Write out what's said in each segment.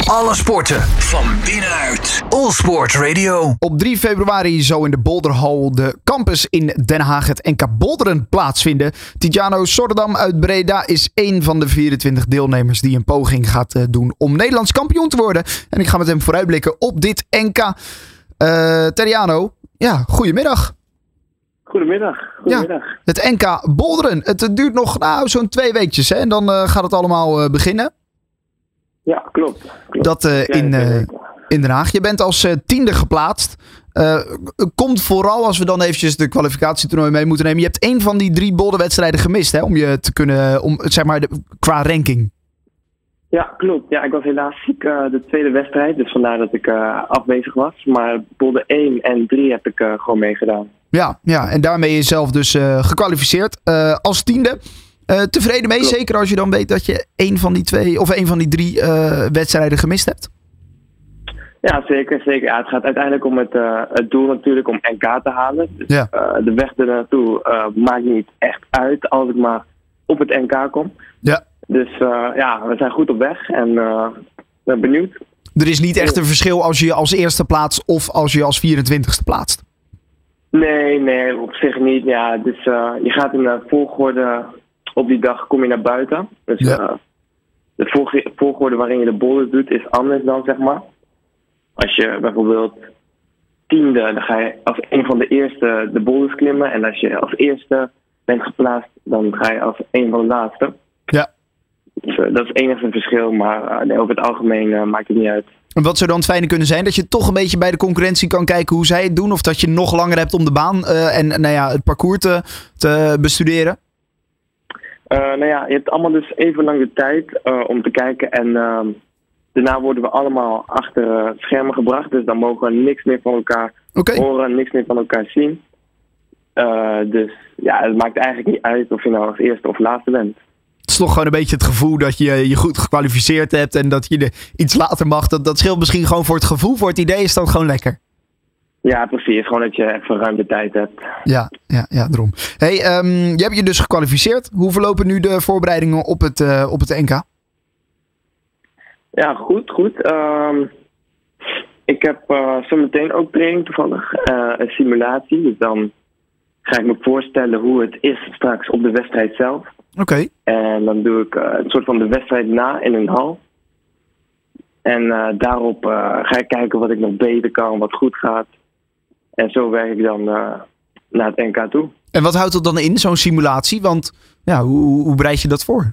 Alle sporten van binnenuit. All Sport Radio. Op 3 februari zal in de Boulderhal de campus in Den Haag het NK Boulderen plaatsvinden. Tidjano Sordam uit Breda is één van de 24 deelnemers die een poging gaat doen om Nederlands kampioen te worden. En ik ga met hem vooruitblikken op dit NK. Tidjano, ja, goedemiddag. Goedemiddag. Ja, het NK Boulderen. Het duurt nog zo'n 2 weekjes, hè? En dan gaat het allemaal beginnen. Ja, klopt. Dat in Den Haag. Je bent als 10e geplaatst. Komt vooral als we dan eventjes de kwalificatietoernooi mee moeten nemen. Je hebt 1 van die 3 boulderwedstrijden gemist, hè? Om je te kunnen, zeg maar, qua ranking. Ja, klopt. Ja, ik was helaas ziek de tweede wedstrijd. Dus vandaar dat ik afwezig was. Maar boulder 1 en 3 heb ik gewoon meegedaan. Ja, en daarmee is je zelf dus gekwalificeerd als 10e. Tevreden mee, klopt. Zeker als je dan weet dat je 1 van die 2 of 1 van die 3 wedstrijden gemist hebt? Ja, zeker. Ja, het gaat uiteindelijk om het doel natuurlijk om NK te halen. Dus, Ja. de weg ernaartoe maakt niet echt uit als ik maar op het NK kom. Ja. Dus we zijn goed op weg en ben benieuwd. Er is niet echt een verschil als je als eerste plaatst of als je als 24ste plaatst? Nee, op zich niet. Ja, dus je gaat in de volgorde, op die dag kom je naar buiten. Dus Ja. de volgorde waarin je de boulder doet is anders dan, zeg maar. Als je bijvoorbeeld 10e, dan ga je als een van de eerste de boulders klimmen. En als je als eerste bent geplaatst, dan ga je als een van de laatste. Ja. Dus dat is enigszins een verschil, maar over het algemeen maakt het niet uit. En wat zou dan het fijne kunnen zijn? Dat je toch een beetje bij de concurrentie kan kijken hoe zij het doen? Of dat je nog langer hebt om de baan en het parcours te bestuderen? Je hebt allemaal dus even lang de tijd om te kijken. En daarna worden we allemaal achter schermen gebracht. Dus dan mogen we niks meer van elkaar horen, niks meer van elkaar zien. Dus ja, het maakt eigenlijk niet uit of je nou als eerste of laatste bent. Het is toch gewoon een beetje het gevoel dat je je goed gekwalificeerd hebt en dat je iets later mag. Dat scheelt misschien gewoon voor het gevoel. Voor het idee is dat gewoon lekker. Ja, precies. Gewoon dat je even ruim de tijd hebt. Ja, daarom. Hey, je hebt je dus gekwalificeerd. Hoe verlopen nu de voorbereidingen op het NK? Ja, goed. Ik heb zometeen ook training toevallig. Een simulatie. Dus dan ga ik me voorstellen hoe het is straks op de wedstrijd zelf. Oké. En dan doe ik een soort van de wedstrijd na in een hal. En daarop ga ik kijken wat ik nog beter kan, wat goed gaat. En zo werk ik dan naar het NK toe. En wat houdt dat dan in, zo'n simulatie? Want ja, hoe bereid je dat voor?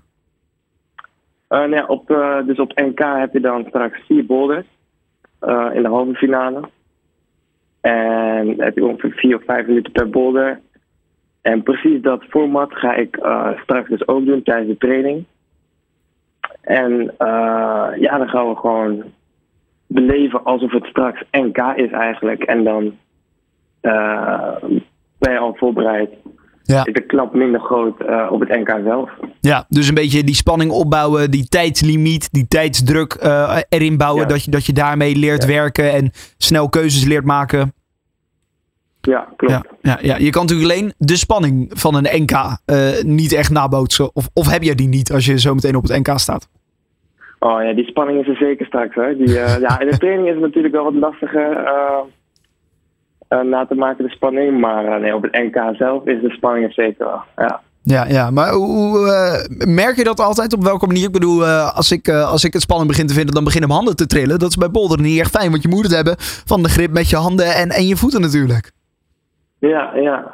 Dus op NK heb je dan straks 4 boulders in de halve finale. En dan heb je ongeveer 4 of 5 minuten per boulder. En precies dat format ga ik straks dus ook doen tijdens de training. En dan gaan we gewoon beleven alsof het straks NK is eigenlijk. En dan ben je al voorbereid. Ja. Is de klap minder groot op het NK zelf. Ja, dus een beetje die spanning opbouwen, die tijdslimiet, die tijdsdruk erin bouwen. Ja. Dat je daarmee leert werken en snel keuzes leert maken. Ja, klopt. Ja. Je kan natuurlijk alleen de spanning van een NK niet echt nabootsen. Of heb je die niet als je zo meteen op het NK staat? Oh ja, die spanning is er zeker straks. Hè. In de training is het natuurlijk wel wat lastiger na te maken, de spanning. Maar op het NK zelf is de spanning er zeker wel. Ja. Ja, maar hoe merk je dat altijd? Op welke manier? Ik bedoel, als ik het spannend begin te vinden, dan beginnen mijn handen te trillen. Dat is bij boulderen niet echt fijn, want je moet het hebben van de grip met je handen en je voeten natuurlijk. Ja.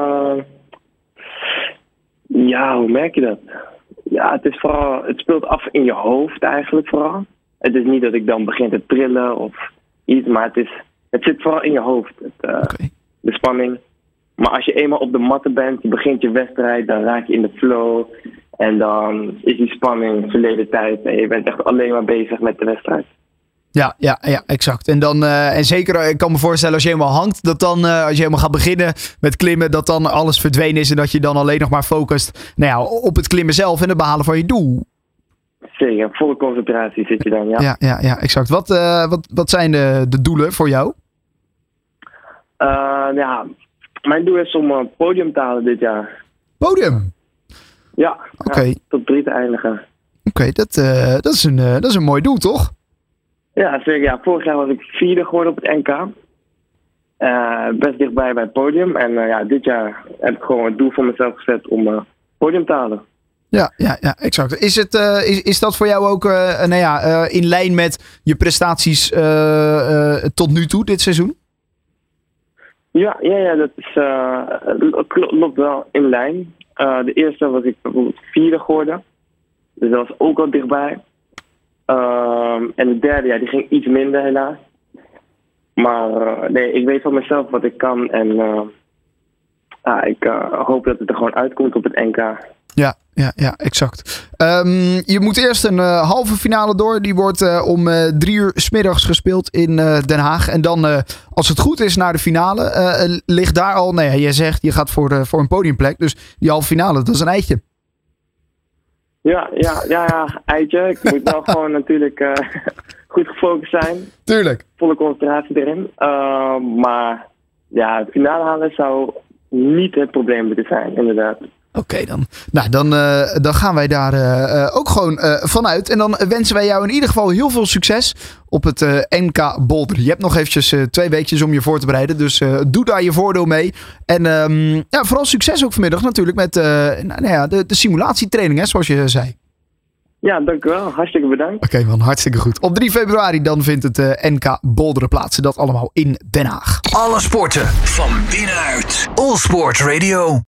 Hoe merk je dat? Ja, het is vooral, het speelt af in je hoofd eigenlijk vooral. Het is niet dat ik dan begin te trillen of iets, maar het zit vooral in je hoofd, de spanning. Maar als je eenmaal op de matten bent, je begint je wedstrijd, dan raak je in de flow. En dan is die spanning verleden tijd en je bent echt alleen maar bezig met de wedstrijd. Ja, exact. En dan, en zeker, ik kan me voorstellen als je helemaal hangt, dat dan, als je helemaal gaat beginnen met klimmen, dat dan alles verdwenen is en dat je dan alleen nog maar focust op het klimmen zelf en het behalen van je doel. Zeker, volle concentratie zit je dan, ja. Ja, exact. Wat zijn de doelen voor jou? Mijn doel is om een podium te halen dit jaar. Podium? Ja, okay. Top 3 te eindigen. Oké, dat is een mooi doel, toch? Ja, zeker. Ja, vorig jaar was ik 4e geworden op het NK. Best dichtbij bij het podium. En dit jaar heb ik gewoon het doel voor mezelf gezet om het podium te halen. Ja, exact. Is dat voor jou ook in lijn met je prestaties tot nu toe dit seizoen? Ja, dat is, klopt wel in lijn. De eerste was ik bijvoorbeeld 4e geworden. Dus dat was ook al dichtbij. En de derde, die ging iets minder helaas. Maar ik weet van mezelf wat ik kan. En ik hoop dat het er gewoon uitkomt op het NK. Ja, exact. Je moet eerst een halve finale door. Die wordt om 3:00 's middags gespeeld in Den Haag. En dan, als het goed is, naar de finale. Ligt daar al, jij zegt je gaat voor een podiumplek. Dus die halve finale, dat is een eitje. Ja, eitje. Ik moet wel gewoon natuurlijk goed gefocust zijn. Tuurlijk. Volle concentratie erin. Maar ja, het finale halen zou niet het probleem moeten zijn, inderdaad. Oké, dan gaan wij daar ook gewoon vanuit. En dan wensen wij jou in ieder geval heel veel succes op het NK Boulder. Je hebt nog eventjes 2 weekjes om je voor te bereiden. Dus doe daar je voordeel mee. En vooral succes ook vanmiddag natuurlijk met de simulatietraining, hè, zoals je zei. Ja, dank u wel. Hartstikke bedankt. Oké man, hartstikke goed. Op 3 februari dan vindt het NK Bolderen plaats. Dat allemaal in Den Haag. Alle sporten van binnenuit. All Sport Radio.